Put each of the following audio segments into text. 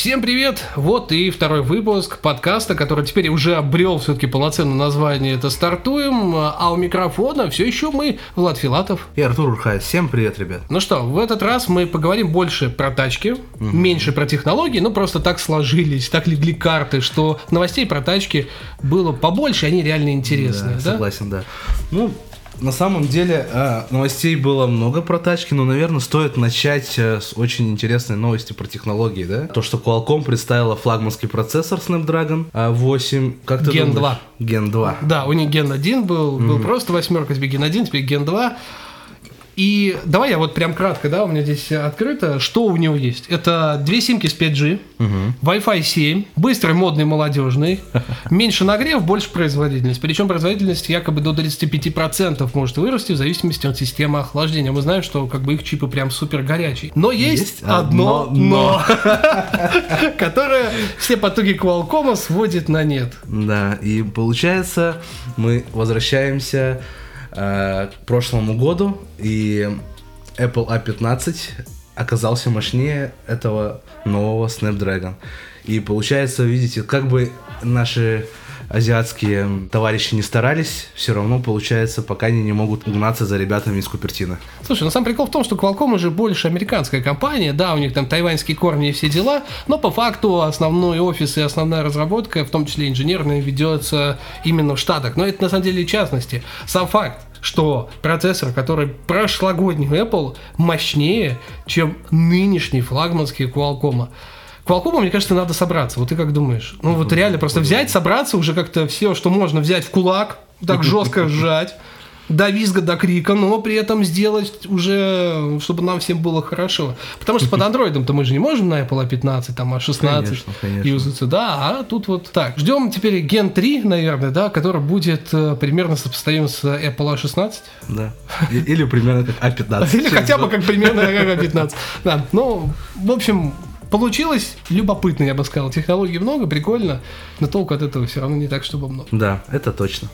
Всем привет! Вот и второй выпуск подкаста, который теперь уже обрел все-таки полноценное название. Это «Стартуем», а у микрофона все еще мы, Влад Филатов. И Артур Урхай. Всем привет, ребят. Ну что, в этот раз мы поговорим больше про тачки, меньше про технологии, но просто так сложились, так легли карты, что новостей про тачки было побольше, они реально интересные. Да, согласен, да. Ну, на самом деле, новостей было много про тачки, но, наверное, стоит начать с очень интересной новости про технологии, да? То, что Qualcomm представила флагманский процессор Snapdragon 8. Как ты Gen думаешь? 2. Gen 2. Да, у них Gen 1 был просто восьмерка, теперь Gen 1, теперь Gen 2. И давай я вот прям кратко, да, у меня здесь открыто, что у него есть. Это две симки с 5G, Wi-Fi 7, быстрый, модный, молодежный, меньше нагрев, больше производительность. Причем производительность якобы до 35% может вырасти в зависимости от системы охлаждения. Мы знаем, что как бы их чипы прям супер горячие. Но есть одно но, которое все потуги Qualcomm сводит на нет. Да, и получается, мы возвращаемся к прошлому году, и Apple A15 оказался мощнее этого нового Snapdragon. И получается, видите, как бы наши азиатские товарищи не старались, все равно, получается, пока они не могут угнаться за ребятами из Купертино. Слушай, сам прикол в том, что Qualcomm уже больше американская компания, да, у них там тайваньские корни и все дела, но по факту основной офис и основная разработка, в том числе инженерная, ведется именно в Штатах. Но это на самом деле частности. Сам факт, что процессор, который прошлогодний Apple, мощнее, чем нынешний флагманский Qualcomm. Qualcomm, мне кажется, надо собраться. Вот ты как думаешь? Ну вот реально просто взять, собраться, уже как-то все, что можно взять в кулак, так жестко сжать, до визга, до крика, но при этом сделать уже, чтобы нам всем было хорошо. Потому что под андроидом-то мы же не можем на Apple A15, там A16 юзаться, да, а тут вот так. Ждем теперь Gen 3, наверное, да, который будет примерно сопоставим с Apple A16. Да, или примерно как A15. Или хотя бы как примерно как A15. Да, ну, в общем... Получилось любопытно, я бы сказал. Технологий много, прикольно, но толку от этого все равно не так, чтобы много. Да, это точно.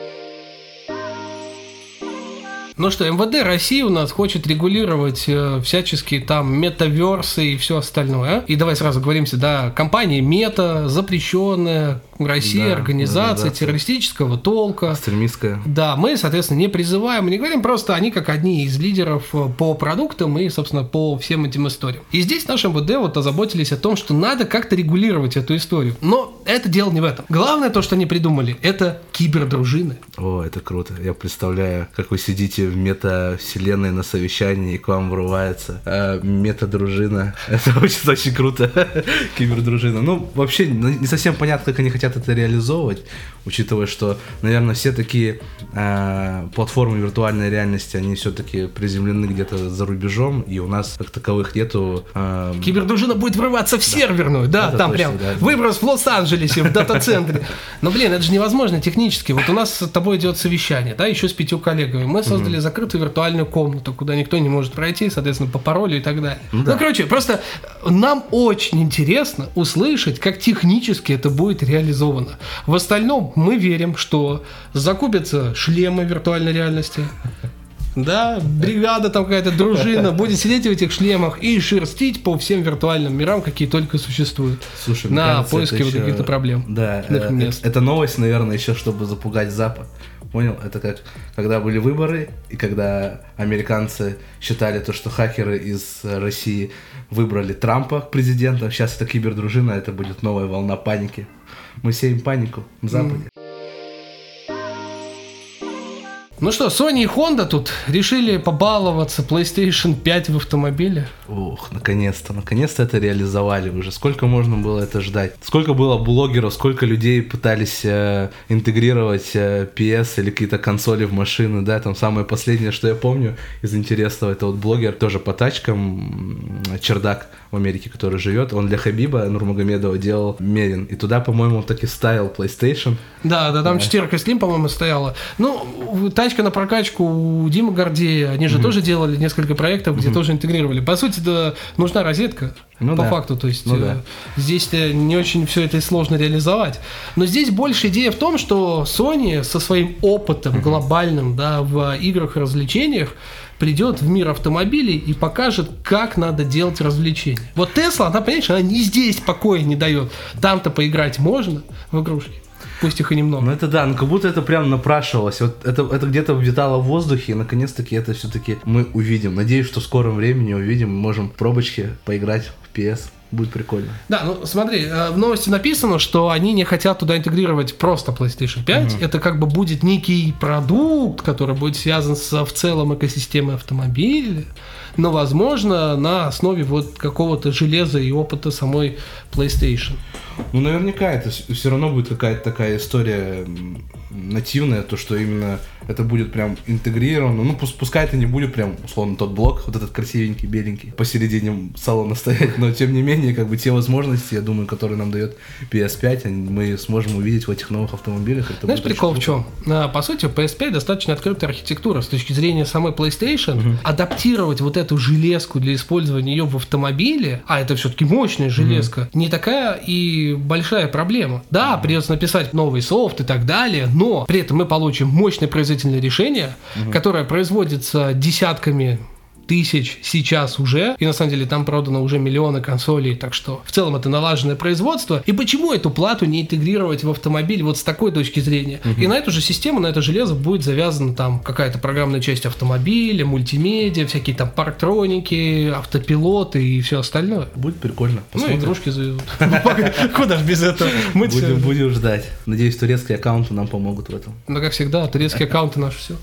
Ну что, МВД России у нас хочет регулировать всяческие там метаверсы и все остальное. И давай сразу говоримся, да, компания Мета, запрещенная в России, да, организация террористического толка. Экстремистская. Да, мы, соответственно, не призываем, не говорим, просто они как одни из лидеров по продуктам и, собственно, по всем этим историям. И здесь наши МВД вот озаботились о том, что надо как-то регулировать эту историю. Но это дело не в этом. Главное то, что они придумали, это кибердружины. О, это круто. Я представляю, как вы сидите в метавселенной на совещании, и к вам врывается мета-дружина. Это очень круто. Кибердружина. Ну, вообще, не совсем понятно, как они хотят это реализовывать, учитывая, что, наверное, все такие платформы виртуальной реальности, они все-таки приземлены где-то за рубежом, и у нас как таковых нету... Кибердружина будет врываться в серверную, да, это там точно, прям да. Выброс в Лос-Анджелесе, в дата-центре. Но, блин, это же невозможно технически. Вот у нас с тобой идет совещание, да, еще с 5 коллегами. Мы создали закрытую виртуальную комнату, куда никто не может пройти, соответственно, по паролю и так далее. Да. Ну, короче, просто нам очень интересно услышать, как технически это будет реализовано. В остальном мы верим, что закупятся шлемы виртуальной реальности. Да, бригада там какая-то, дружина будет сидеть в этих шлемах и шерстить по всем виртуальным мирам, какие только существуют. Слушай, на поиске вот каких-то проблем. Да, это новость, наверное, еще чтобы запугать Запад. Понял? Это как когда были выборы, и когда американцы считали то, что хакеры из России выбрали Трампа президентом, сейчас это кибердружина, это будет новая волна паники. Мы сеем панику в Западе. Ну что, Sony и Honda тут решили побаловаться PlayStation 5 в автомобиле. Ох, наконец-то это реализовали уже. Сколько можно было это ждать? Сколько было блогеров, сколько людей пытались интегрировать PS или какие-то консоли в машины, да, там самое последнее, что я помню из интересного, это вот блогер тоже по тачкам, Чердак в Америке, который живет, он для Хабиба Нурмагомедова делал Мерин, и туда, по-моему, он так и ставил PlayStation. Да, там 4-ка Slim, по-моему, стояла. Ну, тачка на прокачку у Димы Гордея, они же тоже делали несколько проектов, где тоже интегрировали. По сути, да, нужна розетка, по факту, то есть здесь не очень все это сложно реализовать. Но здесь больше идея в том, что Sony со своим опытом глобальным, да, в играх и развлечениях придет в мир автомобилей и покажет, как надо делать развлечения. Вот Тесла, она, понимаешь, она не здесь покоя не дает. Там-то поиграть можно в игрушки. Пусть их и немного. Ну это да, ну как будто это прям напрашивалось. Вот это где-то витало в воздухе, и наконец-таки это все-таки мы увидим. Надеюсь, что в скором времени увидим, мы можем в пробочке поиграть в PS. Будет прикольно. Да, ну смотри, в новости написано, что они не хотят туда интегрировать просто PlayStation 5. Это как бы будет некий продукт, который будет связан в целом экосистемой автомобиля, но, возможно, на основе вот какого-то железа и опыта самой PlayStation. Ну, наверняка это все равно будет какая-то такая история нативная, то, что именно это будет прям интегрировано. Ну, пускай это не будет прям, условно, тот блок, вот этот красивенький, беленький, посередине салона стоять, но, тем не менее, как бы те возможности, я думаю, которые нам дает PS5, мы сможем увидеть в этих новых автомобилях. Это знаешь, прикол в чем? По сути, PS5 достаточно открытая архитектура с точки зрения самой PlayStation. Адаптировать вот эту железку для использования ее в автомобиле, а это все-таки мощная железка, не такая и большая проблема. Да, придется написать новый софт и так далее, но при этом мы получим мощное производительное решение, которое производится десятками тысяч сейчас уже, и на самом деле там продано уже миллионы консолей, так что в целом это налаженное производство. И почему эту плату не интегрировать в автомобиль вот с такой точки зрения? И на эту же систему, на это железо будет завязана там какая-то программная часть автомобиля, мультимедиа, всякие там парктроники, автопилоты и все остальное. Будет прикольно. Посмотрим. Ну, игрушки завезут. Куда ж без этого? Будем ждать. Надеюсь, турецкие аккаунты нам помогут в этом. Ну, как всегда, турецкие аккаунты наши все.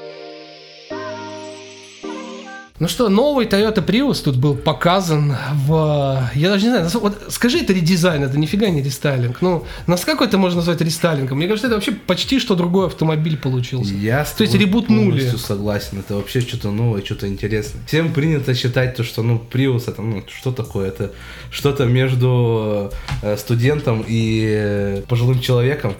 Ну что, новый Toyota Prius тут был показан в... Я даже не знаю, вот скажи, это редизайн, это нифига не рестайлинг. Ну, насколько это можно назвать рестайлингом? Мне кажется, это вообще почти что другой автомобиль получился. Я то есть ребутнули. Полностью согласен, это вообще что-то новое, что-то интересное. Всем принято считать то, что, Prius это, что такое? Это что-то между студентом и пожилым человеком.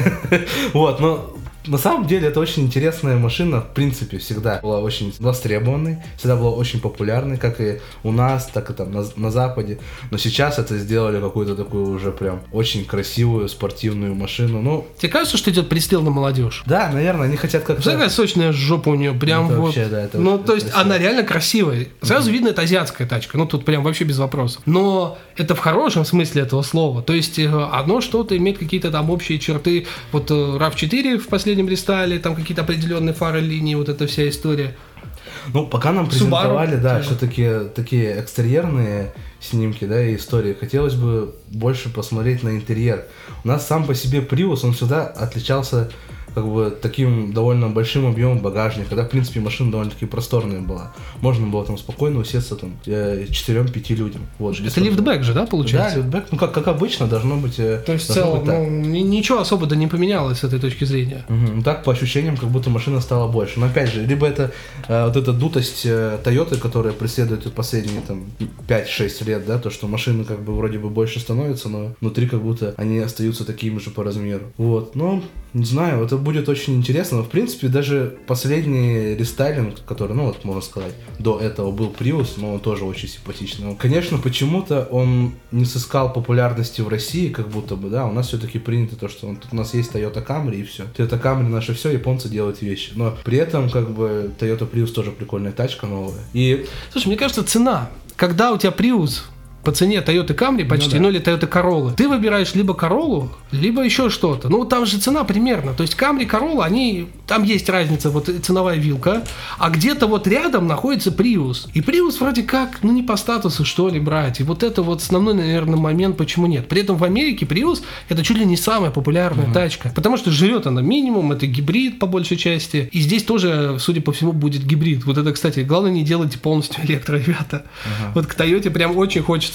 Вот, но... На самом деле это очень интересная машина, в принципе, всегда была очень востребованной, всегда была очень популярной, как и у нас, так и там на Западе. Но сейчас это сделали какую-то такую уже прям очень красивую спортивную машину. Ну, тебе кажется, что идет престил на молодежь? Да, наверное, они хотят как-то... Такая сочная жопа у нее, прям это вот. Вообще, да, это ну, то есть красиво. Она реально красивая. Сразу видно, это азиатская тачка. Ну, тут прям вообще без вопросов. Но это в хорошем смысле этого слова. То есть одно что-то имеет какие-то там общие черты. Вот RAV4 в последнем рестайле, там какие-то определенные фары, линии, вот эта вся история. Ну, пока нам презентовали, Subaru, да, все-таки такие экстерьерные снимки, да, и истории. Хотелось бы больше посмотреть на интерьер. У нас сам по себе Prius, он всегда отличался как бы таким довольно большим объемом багажника, да, в принципе, машина довольно-таки просторная была. Можно было там спокойно усесться там 4-5 людям. Вот, это лифтбэк же, да, получается? Да, лифтбэк, ну как обычно, должно быть. То есть в целом, ничего особо-то не поменялось с этой точки зрения. Ну так, по ощущениям, как будто машина стала больше. Но опять же, либо это вот эта дутость Toyota, которая преследует последние там 5-6 лет, да, то, что машины как бы вроде бы больше становятся, но внутри как будто они остаются такими же по размеру. Вот, ну, не знаю, это будет очень интересно. Но, в принципе, даже последний рестайлинг, который, ну, вот, можно сказать, до этого был Prius, но он тоже очень симпатичный. Конечно, почему-то он не сыскал популярности в России, как будто бы, да, у нас все-таки принято то, что тут у нас есть Toyota Camry и все. Toyota Camry наше все, японцы делают вещи. Но при этом, как бы, Toyota Prius тоже прикольная тачка новая. И... Слушай, мне кажется, цена, когда у тебя Prius по цене Toyota Camry почти, ну, да. Или Toyota Corolla, ты выбираешь либо Corolla, либо еще что-то. Ну, там же цена примерно. То есть Camry, Corolla, они... Там есть разница, вот ценовая вилка, а где-то вот рядом находится Prius. И Prius вроде как, ну, не по статусу, что ли, брать. И вот это вот основной, наверное, момент, почему нет. При этом в Америке Prius это чуть ли не самая популярная тачка. Потому что живет она минимум, это гибрид по большей части. И здесь тоже, судя по всему, будет гибрид. Вот это, кстати, главное, не делайте полностью электро, ребята. Вот к Toyota прям очень хочется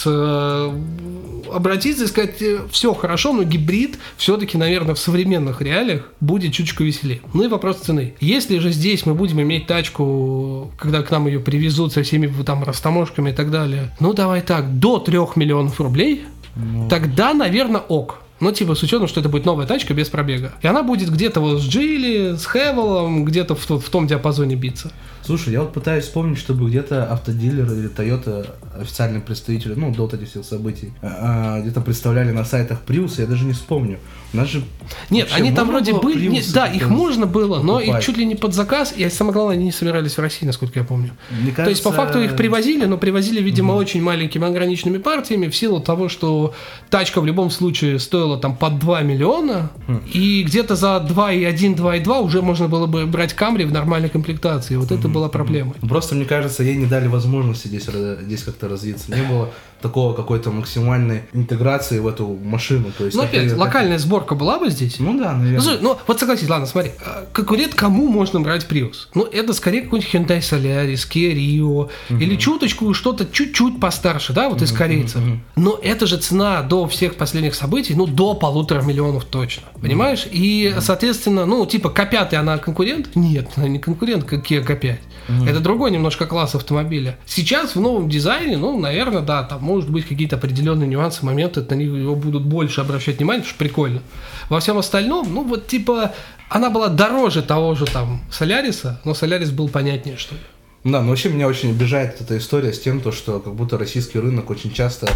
обратиться и сказать, все хорошо, но гибрид все-таки, наверное, в современных реалиях будет чуточку веселее. Ну и вопрос цены. Если же здесь мы будем иметь тачку, когда к нам ее привезут со всеми там растаможками и так далее, ну давай так, до 3 миллионов рублей, тогда, наверное, ок. Ну, типа, с учетом, что это будет новая тачка без пробега. И она будет где-то вот с Джили, с Хевелом, где-то в том диапазоне биться. Слушай, я вот пытаюсь вспомнить, чтобы где-то автодилеры или Toyota, официальные представители, ну, до вот этих всех событий, где-то представляли на сайтах Prius, я даже не вспомню. У нас же... Нет, они там вроде были, нет, да, их можно было, но их чуть ли не под заказ, и самое главное, они не собирались в России, насколько я помню. Мне кажется... То есть, по факту их привозили, но привозили, видимо, очень маленькими ограниченными партиями, в силу того, что тачка в любом случае стоила там под 2 миллиона, и где-то за 2,1, 2,2 уже можно было бы брать Camry в нормальной комплектации. Вот это была проблема. Просто, мне кажется, ей не дали возможности здесь как-то развиться. Не было такого какой-то максимальной интеграции в эту машину. То есть, ну, опять, локальная сборка была бы здесь? Ну да, наверное. Ну, вот согласись, ладно, смотри. Конкурент кому можно брать Prius? Ну, это скорее какой-нибудь Hyundai Solaris, Kia Rio, или чуточку что-то чуть-чуть постарше, да, вот из корейцев. Но это же цена до всех последних событий, ну, до 1,5 миллиона точно, понимаешь? И, соответственно, ну, типа, K5 она конкурент? Нет, она не конкурент, как Kia K5. Это другой немножко класс автомобиля. Сейчас в новом дизайне, ну, наверное, да, там может быть какие-то определенные нюансы, моменты, на них его будут больше обращать внимание, потому что прикольно. Во всем остальном, ну, вот, типа, она была дороже того же там Соляриса, но Солярис был понятнее, что ли. Да, но вообще меня очень обижает эта история с тем, что как будто российский рынок очень часто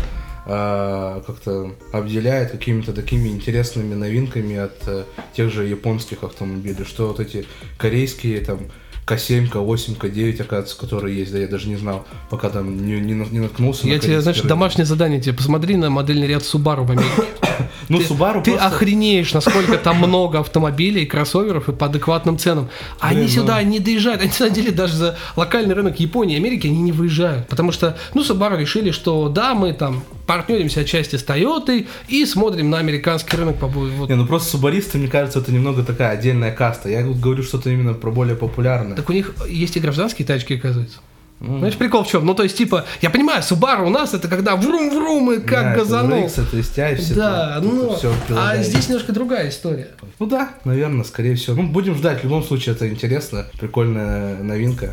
как-то обделяет какими-то такими интересными новинками от тех же японских автомобилей, что вот эти корейские там К7, К8, К9, оказывается, которые есть, да, я даже не знал, пока там не наткнулся. Я тебе, знаешь, домашнее задание тебе, посмотри на модельный ряд Subaru в Америке. Ну, Subaru Ты просто... охренеешь, насколько там много автомобилей, кроссоверов и по адекватным ценам. Они сюда не доезжают. Они, на самом деле, даже за локальный рынок Японии и Америки они не выезжают. Потому что, ну, Subaru решили, что да, мы там партнеримся отчасти с Toyota и смотрим на американский рынок. Вот. Не, ну просто субаристы, мне кажется, это немного такая отдельная каста. Я тут говорю что-то именно про более популярное. Так у них есть и гражданские тачки, оказывается. Знаешь, прикол в чем? Ну, то есть, типа, я понимаю, Subaru у нас это когда врум-врум и как газанул. Это STI, все да, это, ну, все а здесь немножко другая история. Ну да, наверное, скорее всего. Ну, будем ждать, в любом случае, это интересно, прикольная новинка.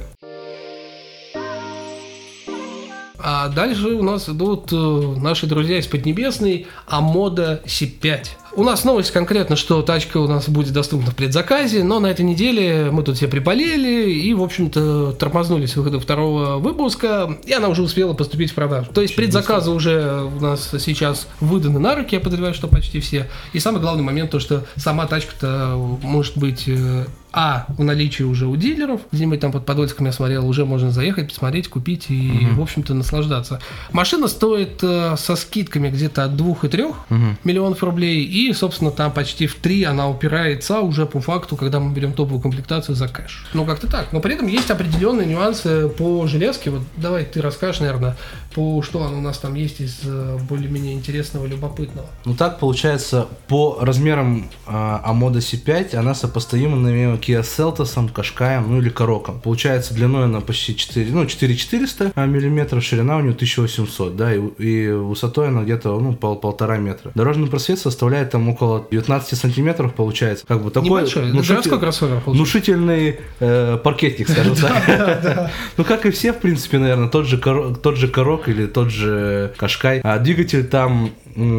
А дальше у нас идут наши друзья из Поднебесной, Amoda C5. У нас новость конкретно, что тачка у нас будет доступна в предзаказе, но на этой неделе мы тут все приболели и, в общем-то, тормознулись с выхода второго выпуска, и она уже успела поступить в продажу. То есть предзаказы уже у нас сейчас выданы на руки, я подозреваю, что почти все. И самый главный момент, то, что сама тачка-то может быть... в наличии уже у дилеров, где-нибудь там под Подольском я смотрел, уже можно заехать, посмотреть, купить и, в общем-то, наслаждаться. Машина стоит со скидками где-то от 2 и 3 миллионов рублей, и, собственно, там почти в 3 она упирается уже по факту, когда мы берем топовую комплектацию за кэш. Ну, как-то так. Но при этом есть определенные нюансы по железке. Вот давай ты расскажешь, наверное, по что у нас там есть из более-менее интересного, любопытного. Ну, так получается, по размерам Amoda C5 она сопоставима, наверное, Kia Seltos, Кашкаем, ну или Короком. Получается, длиной она почти 4400 миллиметров, ширина у нее 1800, да, и высотой она где-то, ну, 1,5 метра. Дорожный просвет составляет там около 19 сантиметров, получается. Как бы такой внушительный паркетник, скажем так. Ну, как и все, в принципе, наверное, тот же Корок или тот же Кашкай. А двигатель там,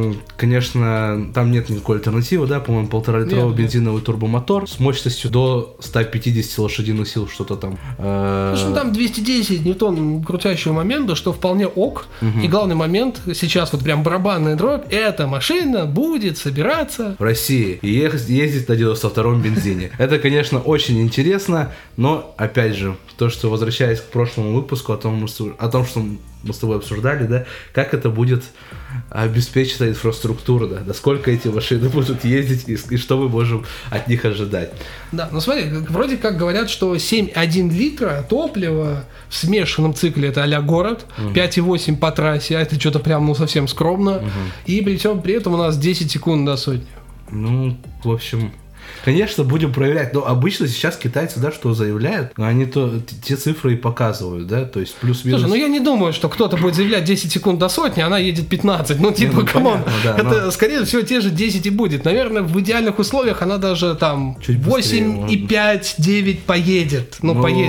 конечно, там нет никакой альтернативы, да, по-моему, 1,5-литровый бензиновый турбомотор с мощностью до 150 лошадиных сил, что-то там. Слушай, там 210 ньютон крутящего момента, что вполне ок. И главный момент, сейчас вот прям барабанная дробь, эта машина будет собираться в России и ездить на 92-м бензине. Это, конечно, очень интересно, но, опять же, то, что, возвращаясь к прошлому выпуску, о том, что мы с тобой обсуждали, да, как это будет обеспечена инфраструктура, да, сколько эти машины будут ездить и что мы можем от них ожидать. Да, ну смотри, вроде как говорят, что 7,1 литра топлива в смешанном цикле это а-ля город, 5,8 по трассе, а это что-то прям, ну, совсем скромно, и при этом у нас 10 секунд до сотни. Ну, в общем... Конечно, будем проверять, но обычно сейчас китайцы, да, что заявляют, они те цифры и показывают, да, то есть плюс-минус. Слушай, ну я не думаю, что кто-то будет заявлять 10 секунд до сотни, она едет 15, ну типа, камон, да, это скорее всего те же 10 и будет. Наверное, в идеальных условиях она даже там 8,5-9 поедет,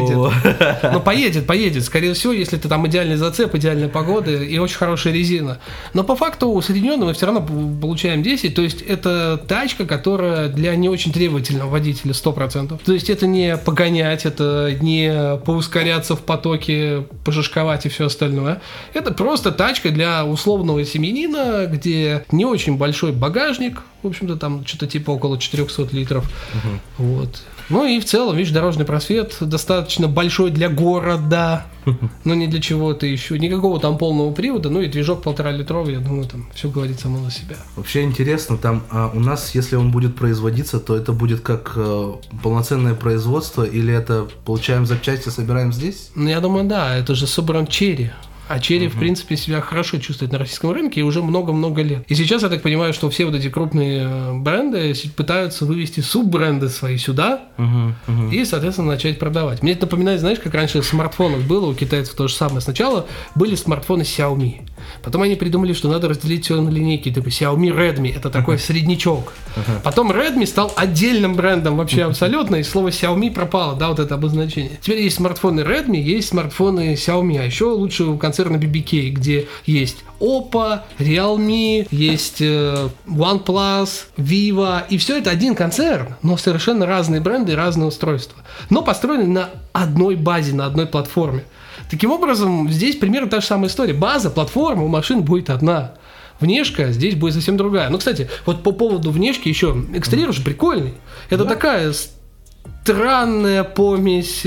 поедет, скорее всего, если ты там идеальный зацеп, идеальная погода и очень хорошая резина. Но по факту усредненно мы все равно получаем 10, то есть это тачка, которая для не очень очень требовательного водителя 100%. То есть это не погонять, это не поускоряться в потоке, пожишковать и все остальное. Это просто тачка для условного семьянина, где не очень большой багажник, в общем-то там что-то типа около 400 литров. Вот. Ну и в целом, видишь, дорожный просвет достаточно большой для города, но не для чего-то еще. Никакого там полного привода, ну и движок 1,5-литровый, я думаю, там все говорит само за себя. Вообще интересно, там у нас, если он будет производиться, то это будет как полноценное производство, или это получаем запчасти, собираем здесь? Ну, я думаю, да, это же собран Chery. А Chery, в принципе, себя хорошо чувствует на российском рынке и уже много-много лет. И сейчас я так понимаю, что все вот эти крупные бренды пытаются вывести суббренды свои сюда и, соответственно, начать продавать. Мне это напоминает, знаешь, как раньше в смартфонах было, у китайцев то же самое. Сначала были смартфоны Xiaomi. Потом они придумали, что надо разделить все на линейки, типа Xiaomi Redmi, это такой среднячок. Потом Redmi стал отдельным брендом вообще абсолютно, и слово Xiaomi пропало, да, вот это обозначение. Теперь есть смартфоны Redmi, есть смартфоны Xiaomi, а еще лучше у концерна BBK, где есть Oppo, Realme, есть OnePlus, Vivo, и все это один концерн, но совершенно разные бренды и разные устройства, но построены на одной базе, на одной платформе. Таким образом, здесь примерно та же самая история. База, платформа у машин будет одна. Внешка здесь будет совсем другая. Ну, кстати, вот по поводу внешки еще. Экстерьер же прикольный. Это такая странная помесь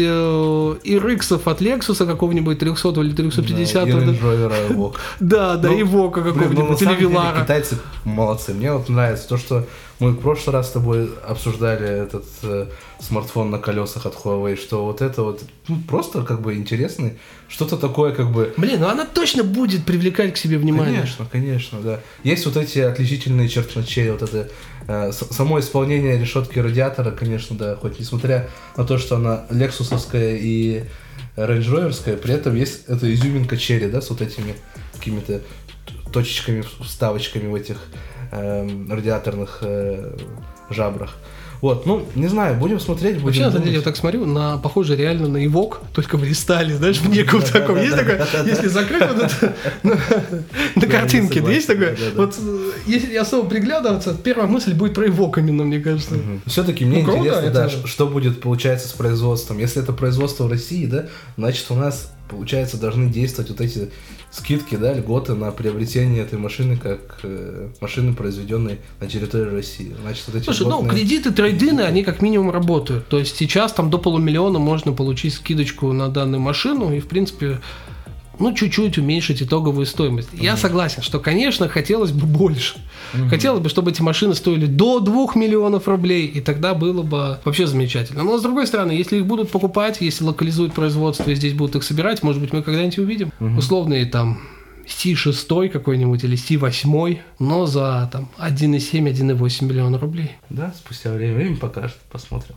RX от Lexus какого-нибудь 300 или 350. Да, и Range Rover Evoque. Да, Evoque какого-нибудь, или Velara. Китайцы молодцы. Мне вот нравится то, что мы в прошлый раз с тобой обсуждали этот смартфон на колесах от Huawei, что вот это вот просто как бы интересный, что-то такое как бы... Блин, ну она точно будет привлекать к себе внимание. Конечно, да. Есть вот эти отличительные черты на Chery, вот это само исполнение решетки радиатора, конечно, да, хоть несмотря на то, что она лексусовская и Range Roverская, при этом есть эта изюминка Chery, да, с вот этими какими-то точечками, вставочками в этих радиаторных жабрах. Вот, ну, не знаю, будем смотреть, будем вообще, на самом деле, я так смотрю, похоже реально на Evoque, только в рестайле, знаешь, в неком таком. Есть такое, если закрыть вот это на картинке, есть такое? Вот, если особо приглядываться, первая мысль будет про Evoque именно, мне кажется. Все-таки мне интересно, да, что будет, получается, с производством. Если это производство в России, да, значит, у нас, получается, должны действовать вот эти скидки, да, льготы на приобретение этой машины как машины, произведенной на территории России. Значит, вот эти слушай, льготные... кредиты, трейдины, они как минимум работают. То есть сейчас там до 500 000 можно получить скидочку на данную машину и, в принципе, ну, чуть-чуть уменьшить итоговую стоимость. Я согласен, что, конечно, хотелось бы больше. Хотелось бы, чтобы эти машины стоили до 2 миллионов рублей, и тогда было бы вообще замечательно. Но, с другой стороны, если их будут покупать, если локализуют производство и здесь будут их собирать, может быть, мы когда-нибудь увидим условные там C6 какой-нибудь или C8, но за там 1,7-1,8 миллиона рублей. Да, спустя время покажет, посмотрим.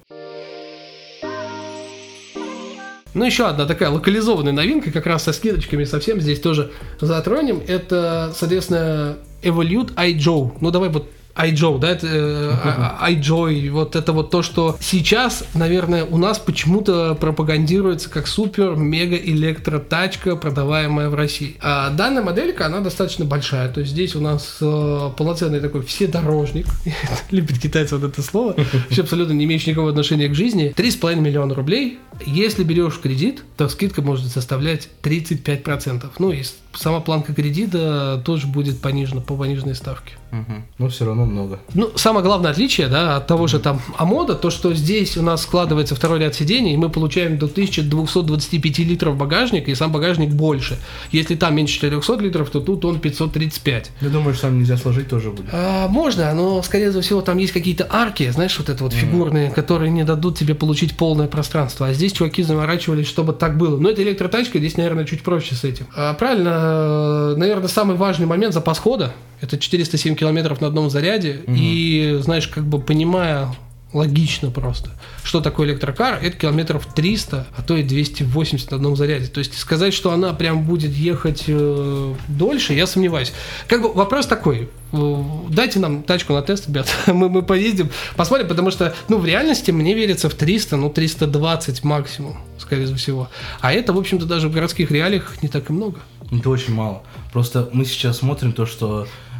Ну, еще одна такая локализованная новинка, как раз со скидочками совсем здесь тоже затронем. Это, соответственно, Evolute iJoe. Ну, давай вот iJoe, да, это iJoy, вот это вот то, что сейчас, наверное, у нас почему-то пропагандируется как супер-мега-электротачка, продаваемая в России. А данная моделька, она достаточно большая, то есть здесь у нас полноценный такой вседорожник, любит китайцы вот это слово, вообще абсолютно не имеющий никакого отношения к жизни, 3,5 миллиона рублей. Если берешь в кредит, то скидка может составлять 35%. Ну и сама планка кредита тоже будет понижена по пониженной ставке. Но все равно много. Ну, самое главное отличие, да, от того же там Амода, то, что здесь у нас складывается второй ряд сидений, и мы получаем до 1225 литров багажник, и сам багажник больше. Если там меньше 400 литров, то тут он 535. Я думаю, что там нельзя сложить тоже будет. Можно, но, скорее всего, там есть какие-то арки, знаешь, вот это вот фигурные, которые не дадут тебе получить полное пространство. А здесь чуваки заморачивались, чтобы так было. Но это электротачка, здесь, наверное, чуть проще с этим. Правильно, наверное, самый важный момент — запас хода. Это 407 километров на одном заряде. И, знаешь, как бы понимая логично просто, что такое электрокар, это километров 300, а то и 280 на одном заряде. То есть сказать, что она прям будет ехать дольше, я сомневаюсь. Как бы вопрос такой: дайте нам тачку на тест, ребят, мы поездим, посмотрим, потому что, ну, в реальности мне верится в 300, ну, 320 максимум, скорее всего. А это, в общем-то, даже в городских реалиях не так и много. Это очень мало. Просто мы сейчас смотрим то, что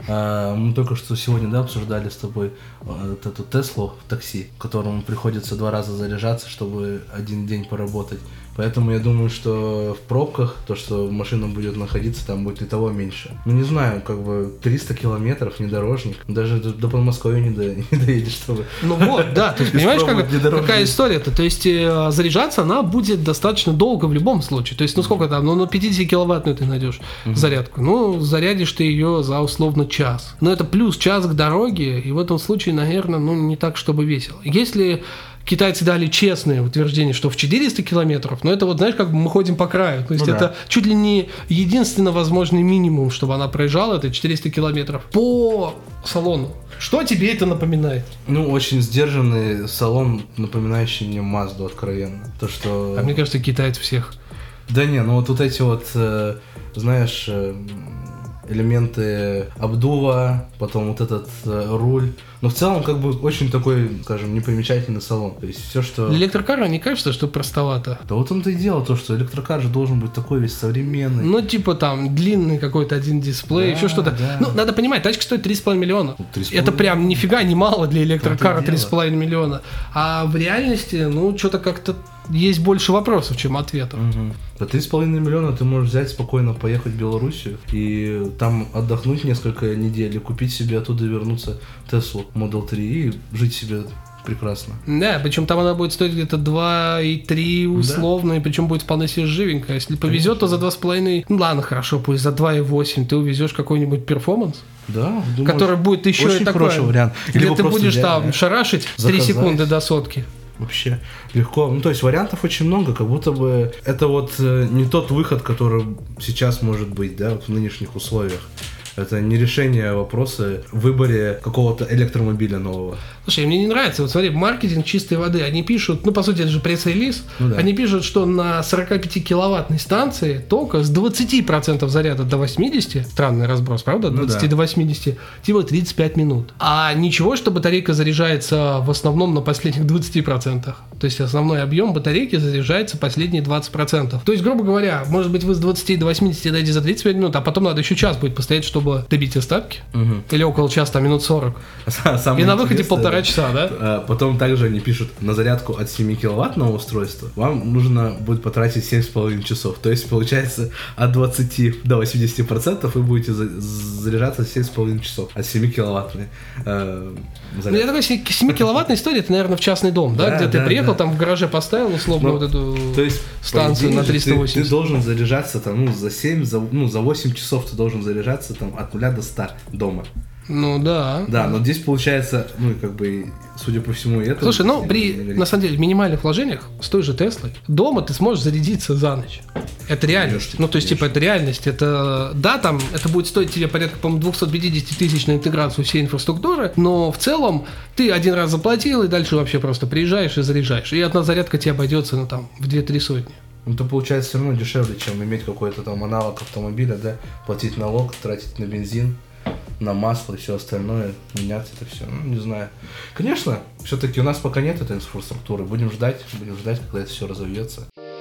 Мы только что сегодня, да, обсуждали с тобой вот эту Теслу в такси, которому приходится 2 раза заряжаться, чтобы 1 день поработать. Поэтому я думаю, что в пробках то, что машина будет находиться, там будет и того меньше. Ну, не знаю, как бы 300 километров, внедорожник. Даже до Подмосковья не доедешь, чтобы... Ну вот, да, то есть, понимаешь, какая история-то? То есть, заряжаться она будет достаточно долго в любом случае. То есть, ну сколько там, ну на 50-киловаттную ты найдешь зарядку. Ну, зарядишь ты ее за условно час. Но это плюс час к дороге, и в этом случае, наверное, ну не так, чтобы весело. Если китайцы дали честное утверждение, что в 400 километров, но это вот, знаешь, как бы мы ходим по краю. То есть это чуть ли не единственно возможный минимум, чтобы она проезжала, это 400 километров по салону. Что тебе это напоминает? Ну, очень сдержанный салон, напоминающий мне Мазду откровенно. То, что... А мне кажется, китайцы всех. Да не, ну вот эти вот, знаешь... элементы обдува, потом вот этот руль. Но в целом, как бы, очень такой, скажем, непримечательный салон. То есть все, что... Для электрокара не кажется, что простовато? Да вот он-то и дело, то, что электрокар же должен быть такой весь современный. Ну, типа там длинный какой-то один дисплей, еще что-то. Да. Ну, надо понимать, тачка стоит 3,5 миллиона. 3,5? Это прям нифига не мало для электрокара 3,5 миллиона. А в реальности, ну, что-то как-то есть больше вопросов, чем ответов. За 3,5 миллиона ты можешь взять спокойно, поехать в Белоруссию и там отдохнуть несколько недель и купить себе оттуда и вернуться Теслу Model 3 и жить себе прекрасно. Да, причем там она будет стоить где-то 2,3 условно, и причем будет вполне себе живенькая. Если повезет, то за 2,5, ну ладно, хорошо, пусть за 2,8 ты увезешь какой-нибудь перформанс. Да, думаю, который будет еще очень и такой, хороший вариант. Где ты будешь там шарашить 3 секунды до сотки. Вообще легко. Ну, то есть вариантов очень много, как будто бы это вот не тот выход, который сейчас может быть, да, в нынешних условиях. Это не решение вопроса в выборе какого-то электромобиля нового. Слушай, мне не нравится, вот смотри, маркетинг чистой воды, они пишут, ну, по сути, это же пресс-релиз, они пишут, что на 45-киловаттной станции тока с 20% заряда до 80, странный разброс, правда, от 20 до 80, типа 35 минут. А ничего, что батарейка заряжается в основном на последних 20%. То есть основной объем батарейки заряжается последние 20%. То есть, грубо говоря, может быть, вы с 20 до 80 дойдете за 35 минут, а потом надо еще час будет постоять, чтобы добить остатки. Или около часа, там, минут 40. И на выходе 1,5 часа, да? Потом также они пишут, на зарядку от 7 киловаттного устройства вам нужно будет потратить 7,5 часов. То есть, получается, от 20 до 80% вы будете заряжаться 7,5 часов от 7 киловаттной зарядки. Ну, я такой, 7-киловаттная история, это, наверное, в частный дом, да? Где ты приехал, там в гараже поставил, условно, вот эту станцию на 380. Ты должен заряжаться там, ну, за 7, за 8 часов ты должен заряжаться там от 0 до 100 дома. Ну да. Да, но здесь получается, ну, как бы, судя по всему, и это... Слушай, ну, на самом деле, минимальных вложениях с той же Теслой дома ты сможешь зарядиться за ночь. Это реальность. Конечно, ну, то есть, типа, это реальность. Это, да, там, это будет стоить тебе порядка, по-моему, 250 тысяч на интеграцию всей инфраструктуры, но в целом ты один раз заплатил, и дальше вообще просто приезжаешь и заряжаешь. И одна зарядка тебе обойдется, ну, там, в 2-3 сотни. Ну, это получается все равно дешевле, чем иметь какой-то там аналог автомобиля, да, платить налог, тратить на бензин, на масло и все остальное, меняться это все, ну, не знаю. Конечно, все-таки у нас пока нет этой инфраструктуры, будем ждать, когда это все разовьется.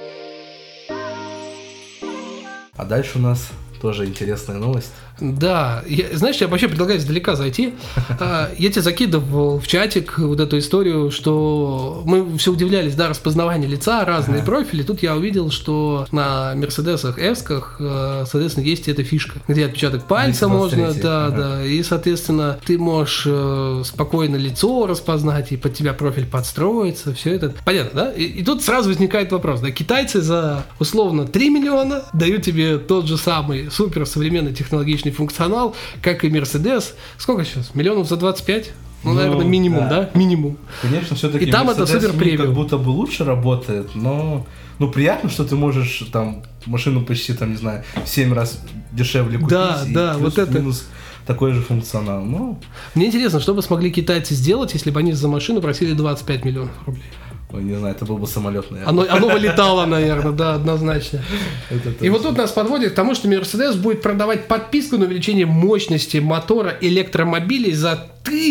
А дальше у нас тоже интересная новость. Да, знаешь, я вообще предлагаю издалека зайти. Я тебе закидывал в чатик вот эту историю, что мы все удивлялись, да, распознавание лица, разные профили. Тут я увидел, что на Мерседесах С-ках, соответственно, есть эта фишка, где отпечаток пальца можно, да, и, соответственно, ты можешь спокойно лицо распознать, и под тебя профиль подстроится, все это. Понятно, да? И тут сразу возникает вопрос, да, китайцы за, условно, 3 миллиона дают тебе тот же самый суперсовременный технологичный функционал, как и Mercedes. Сколько сейчас? Миллионов за 25? Ну, наверное, минимум, да? Минимум. Конечно, все-таки и там это супер премиум. Как будто бы лучше работает, но приятно, что ты можешь там машину почти, там, не знаю, в 7 раз дешевле купить. Да, вот это. Минус такой же функционал. Ну. Мне интересно, что бы смогли китайцы сделать, если бы они за машину просили 25 миллионов рублей? Ой, не знаю, это был бы самолет, наверное. Оно вылетало, наверное, да, однозначно. И вот тут нас подводит к тому, что Mercedes будет продавать подписку на увеличение мощности мотора электромобилей за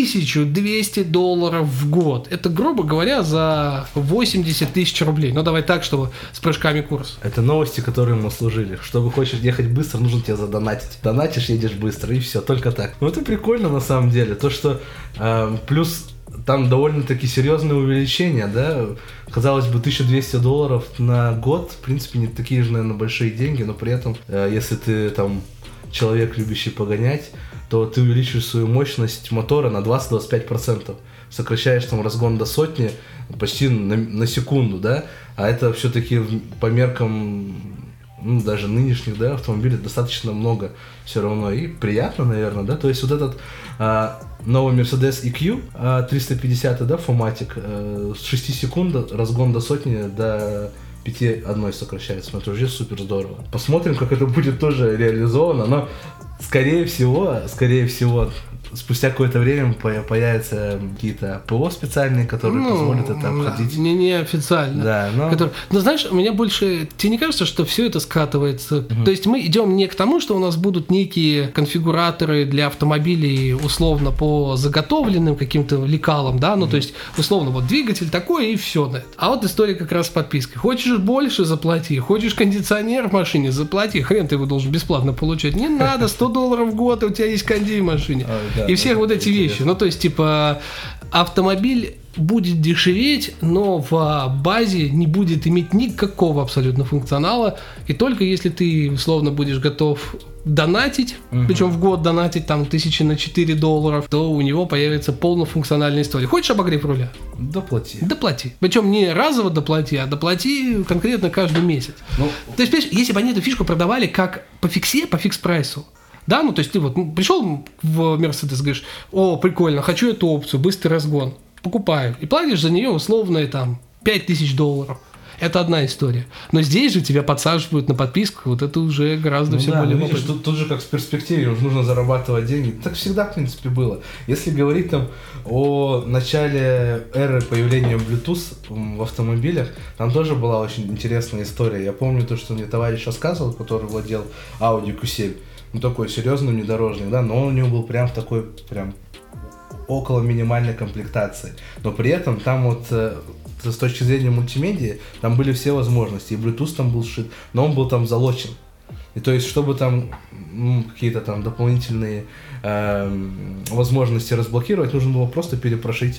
$1200 в год. Это, грубо говоря, за 80 тысяч рублей. Ну, давай так, чтобы с прыжками курс. Это новости, которые мы служили. Чтобы хочешь ехать быстро, нужно тебе задонатить. Донатишь, едешь быстро, и все, только так. Ну, это прикольно на самом деле. То, что плюс там довольно-таки серьезное увеличение, да, казалось бы, $1200 на год, в принципе, не такие же, наверное, большие деньги, но при этом, если ты там человек, любящий погонять, то ты увеличиваешь свою мощность мотора на 20-25%, сокращаешь там разгон до сотни почти на секунду, да, а это все-таки по меркам, ну, даже нынешних, да, автомобилей достаточно много все равно, и приятно, наверное, да, то есть вот этот новый Mercedes EQ 350, да, Фоматик, с 6 секунд разгон до сотни до 5.1 сокращается, но это уже супер здорово. Посмотрим, как это будет тоже реализовано, но скорее всего, спустя какое-то время появятся какие-то ПО специальные, которые позволят это обходить. Не официально. Да, но... Но знаешь, у меня больше... Тебе не кажется, что все это скатывается? То есть мы идем не к тому, что у нас будут некие конфигураторы для автомобилей условно по заготовленным каким-то лекалам, да? Ну, то есть, условно, вот двигатель такой и все на это. А вот история как раз с подпиской. Хочешь больше — заплати. Хочешь кондиционер в машине — заплати. Хрен ты его должен бесплатно получать. Не надо, $100 в год, и у тебя есть кондей в машине. И всех вот эти вещи. Ну, то есть, типа, автомобиль будет дешеветь, но в базе не будет иметь никакого абсолютно функционала. И только если ты, условно, будешь готов донатить, причем в год донатить там $1000 то у него появится полнофункциональная история. Хочешь обогрев руля? Доплати. Доплати. Причем не разово доплати, а доплати конкретно каждый месяц. Ну, то есть, понимаешь, если бы они эту фишку продавали как по фикс-прайсу, да, ну то есть ты вот пришел в Mercedes, говоришь: о, прикольно, хочу эту опцию, быстрый разгон, покупаю, и платишь за нее условно там $5000. Это одна история. Но здесь же тебя подсаживают на подписку, вот это уже гораздо все более видишь, тут же как в перспективе, уже нужно зарабатывать деньги. Так всегда, в принципе, было. Если говорить там о начале эры появления Bluetooth в автомобилях, там тоже была очень интересная история. Я помню то, что мне товарищ рассказывал, который владел Audi Q7. Ну, такой серьезный внедорожник, да, но он у него был прям в такой, прям около минимальной комплектации. Но при этом там вот с точки зрения мультимедиа там были все возможности, и Bluetooth там был сшит, но он был там залочен. И то есть, чтобы там какие-то там дополнительные возможности разблокировать, нужно было просто перепрошить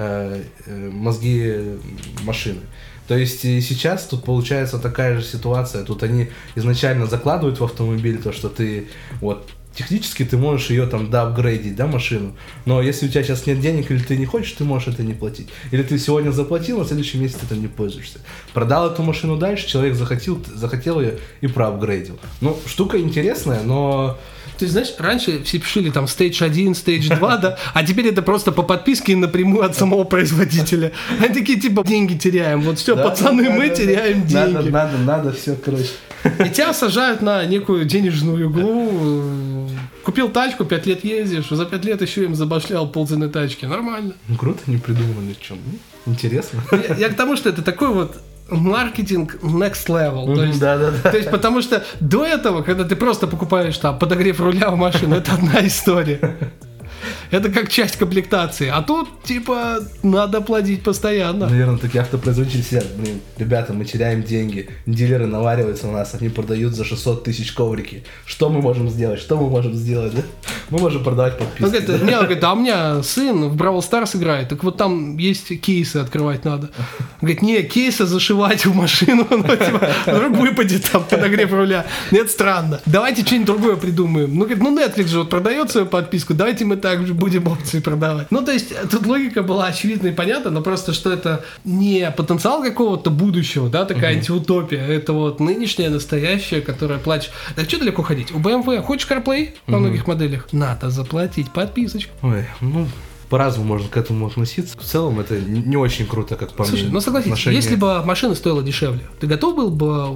мозги машины. То есть и сейчас тут получается такая же ситуация. Тут они изначально закладывают в автомобиль то, что ты вот технически ты можешь ее там доапгрейдить, да, машину. Но если у тебя сейчас нет денег или ты не хочешь, ты можешь это не платить. Или ты сегодня заплатил, а в следующем месяце ты этим не пользуешься. Продал эту машину дальше, человек захотел ее и проапгрейдил. Ну, штука интересная, но... Ты знаешь, раньше все пишили там Stage 1, Stage 2, да, а теперь это просто по подписке напрямую от самого производителя. Они такие, типа, деньги теряем. Вот все, пацаны, мы теряем деньги. Надо, все, короче. И тебя сажают на некую денежную иглу. Купил тачку, 5 лет ездишь, за 5 лет еще им забашлял полцены тачки. Нормально. Ну, круто, не придумали, что. Интересно. Я к тому, что это такой вот маркетинг next level. То есть, да. То есть, потому что до этого, когда ты просто покупаешь там подогрев руля в машину, это одна история. Это как часть комплектации. А тут, типа, надо платить постоянно. Наверное, такие автопроизводители сидят: блин, ребята, мы теряем деньги. Дилеры навариваются на нас, они продают за 600 тысяч коврики. Что мы можем сделать? Да? Мы можем продавать подписки. Он говорит, а у меня сын в Бравл Старс играет, так вот там есть кейсы открывать надо. Он говорит, не, кейсы зашивать в машину, вдруг выпадет там подогрев руля. Нет, странно. Давайте что-нибудь другое придумаем. Ну, говорит, Netflix же вот продает свою подписку, давайте мы так же будем опции продавать. Ну, то есть, тут логика была очевидна и понятна, но просто, что это не потенциал какого-то будущего, да, такая антиутопия. Это вот нынешнее, настоящее, которое плачет. Так что далеко ходить? У BMW хочешь CarPlay во многих моделях? Надо заплатить подписочку. Ой, ну... По-разному можно к этому относиться. В целом это не очень круто, как по мне. Слушай, ну согласись, если бы машина стоила дешевле, ты готов был бы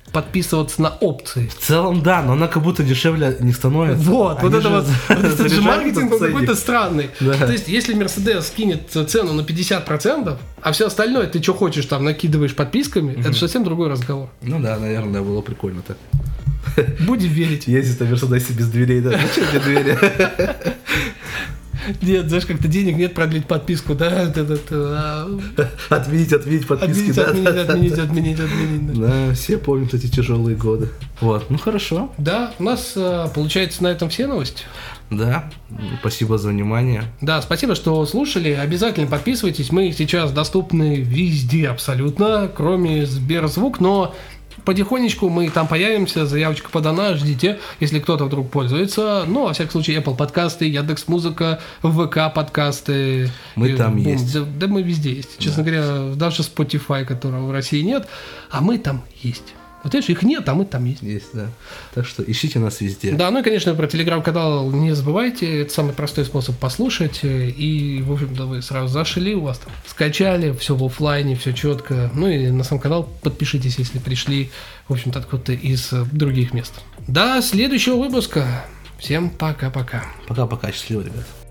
подписываться на опции. В целом, да, но она как будто дешевле не становится. Вот Они это вот, этот же маркетинг ценник. какой-то странный. Да. То есть, если Mercedes скинет цену на 50%, а все остальное ты что хочешь там накидываешь подписками, это совсем другой разговор. Ну да, наверное, было прикольно так. Будем верить. Ездит на Мерседесе без дверей, да? Зачем мне двери? Нет, знаешь, как-то денег нет продлить подписку, да? Отменить подписки, Отменить. Да, все помнят эти тяжелые годы. Вот, ну хорошо. Да, у нас получается на этом все новости. Да, спасибо за внимание. Да, спасибо, что слушали. Обязательно подписывайтесь. Мы сейчас доступны везде абсолютно, кроме Сберзвук, но потихонечку мы там появимся, заявочка подана, ждите, если кто-то вдруг пользуется. Ну, во всяком случае, Apple подкасты, Яндекс.Музыка, ВК подкасты. Мы там есть. Да, мы везде есть. Честно говоря, даже Spotify, которого в России нет, а мы там есть. Вот видишь, их нет, а мы там есть. Есть, да. Так что ищите нас везде. Да, ну и, конечно, про телеграм-канал не забывайте. Это самый простой способ послушать. И, в общем-то, вы сразу зашли, у вас там скачали, все в офлайне, все четко. Ну и на сам канал подпишитесь, если пришли, в общем-то, откуда-то из других мест. До следующего выпуска. Всем пока-пока. Пока-пока, счастливо, ребят.